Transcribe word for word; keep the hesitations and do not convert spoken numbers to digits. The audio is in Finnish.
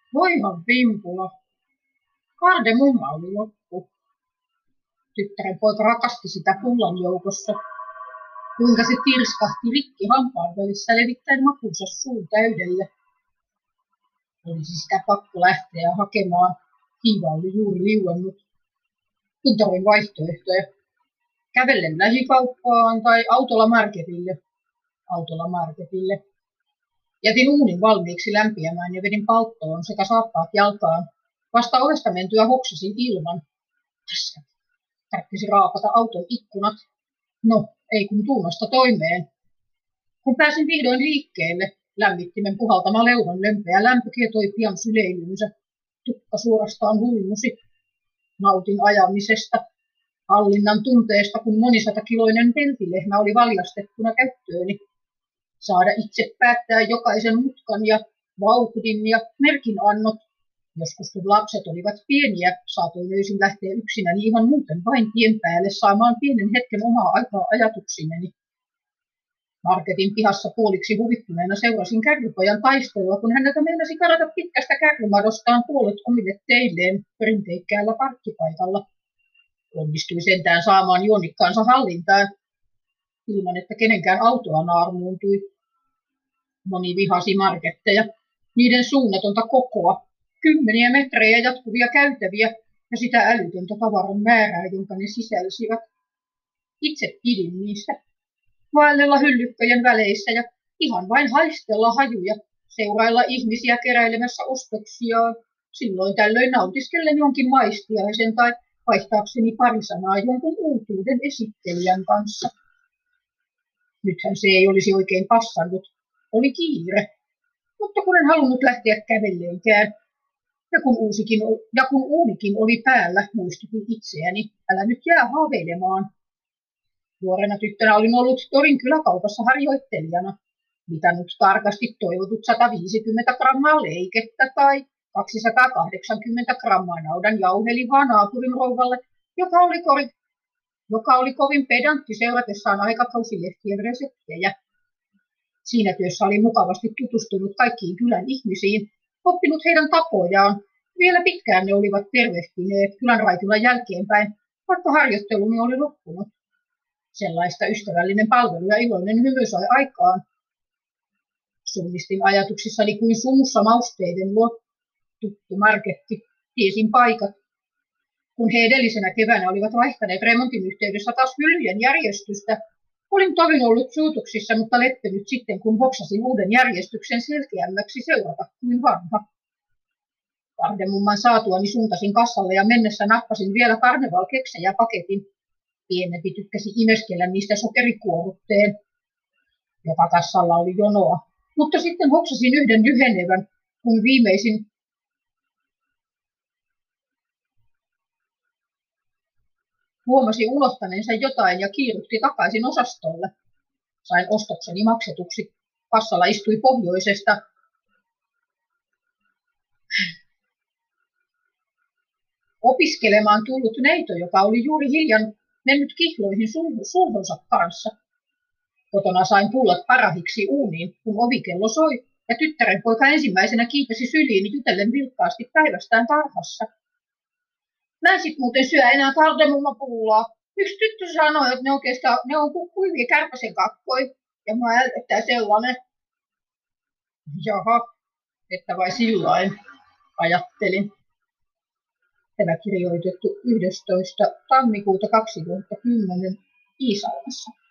Voihan vimpula. Kardemumma oli loppu. Tyttären poika rakasti sitä pullan joukossa. Kuinka se tirskahti rikki hampaan välissä levittäen makunsa suun täydelle. Olisi sitä pakko lähteä hakemaan. Hiiva oli juuri liuennut. Kun tarvin vaihtoehtoja. Kävellen lähikauppaan tai autolla marketille. Autolla marketille. Jätin uunin valmiiksi lämpiämään ja vedin palttoon sekä saappaat jalkaan. Vasta ovesta mentyä hoksasin ilman. Paskat. Tarvitsisi raapata auton ikkunat. No, ei kun tuumasta toimeen. Kun pääsin vihdoin liikkeelle, lämmittimen puhaltama leunan lempeä lämpö kietoi pian syleilyynsä. Tukka suorastaan hulmusi. Nautin ajamisesta. Hallinnan tunteesta, kun monisatakiloinen peltilehmä oli valjastettuna käyttööni. Saada itse päättää jokaisen mutkan ja vauhdin ja merkinannot. Joskus kun lapset olivat pieniä, saatoin öisin lähteä yksinäni ihan muuten vain tien päälle saamaan pienen hetken omaa aikaa ajatuksineni. Marketin pihassa puoliksi huvittuneena seurasin kärrypojan taistelua, kun häneltä meinasi karata pitkästä kärrymadostaan puolet omille teilleen perinteikkäällä parkkipaikalla. Onnistui sentään saamaan juonnikkaansa hallintaan, ilman että kenenkään autoa naarmuuntui. Moni vihasi marketteja, niiden suunnatonta kokoa, kymmeniä metrejä jatkuvia käytäviä ja sitä älytöntä tavaran määrää, jonka ne sisälsivät. Itse pidin niistä. Vaellella hyllykköjen väleissä ja ihan vain haistella hajuja, seurailla ihmisiä keräilemässä ostoksiaan, silloin tällöin nautiskellen jonkin maistiaisen tai vaihtaakseni pari sanaa jonkun uutuuden esittelijän kanssa. Nythän se ei olisi oikein passannut. Oli kiire. Mutta kun en halunnut lähteä kävelleenkään. Ja kun, uusikin, ja kun uunikin oli päällä, muistutin itseäni, älä nyt jää haaveilemaan. Nuorena tyttönä olin ollut Torin kyläkaupassa harjoittelijana, mitannut tarkasti toivotut sata viisikymmentä grammaa leikettä tai kaksisataakahdeksankymmentä grammaa naudan jauhelihaa naapurin rouvalle, joka oli, kori, joka oli kovin pedantti seuratessaan aikakausilehtien reseptejä. Siinä työssä oli mukavasti tutustunut kaikkiin kylän ihmisiin, oppinut heidän tapojaan. Vielä pitkään ne olivat tervehtineet kylän raitilla jälkeenpäin, vaikka harjoitteluni oli loppunut. Sellaista ystävällinen palvelu ja iloinen hymy sai aikaan. Suunnistin ajatuksissani kuin sumussa mausteiden luo. Tuttu marketti, tiesin paikat. Kun he edellisenä keväänä olivat vaihtaneet remontin yhteydessä taas hyllyjen järjestystä, olin tovin ollut suutuksissa, mutta leppenyt sitten, kun hoksasin uuden järjestyksen selkeämmäksi seurata kuin vanha. Kardemumman saatuani suuntasin kassalle ja mennessä nappasin vielä karnevalkeksejä paketin. Pienempi tykkäsi imeskellä niistä sokerikuorutteen. Joka kassalla oli jonoa, mutta sitten hoksasin yhden lyhenevän, kun viimeisin huomasi unohtaneensa jotain ja kiiruhti takaisin osastolle. Sain ostokseni maksetuksi. Kassalla istui pohjoisesta opiskelemaan tullut neito, joka oli juuri hiljan mennyt kihloihin sulhonsa kanssa. Kotona sain pullat parahiksi uuniin, kun ovikello soi, ja tyttären poika ensimmäisenä kiipesi syliin jutellen vilkkaasti päivästään tarhassa. Mä en sit muuten syö enää kardemummapullaa. Yksi tyttö sanoi, että ne, oikeastaan, ne on kuivia kärpäsen kakkoi, ja mä ältettää sellainen. Jaha, että vai sillain, ajattelin. Tämä kirjoitettu yhdestoista tammikuuta kaksituhattakymmenen Iisalmessa.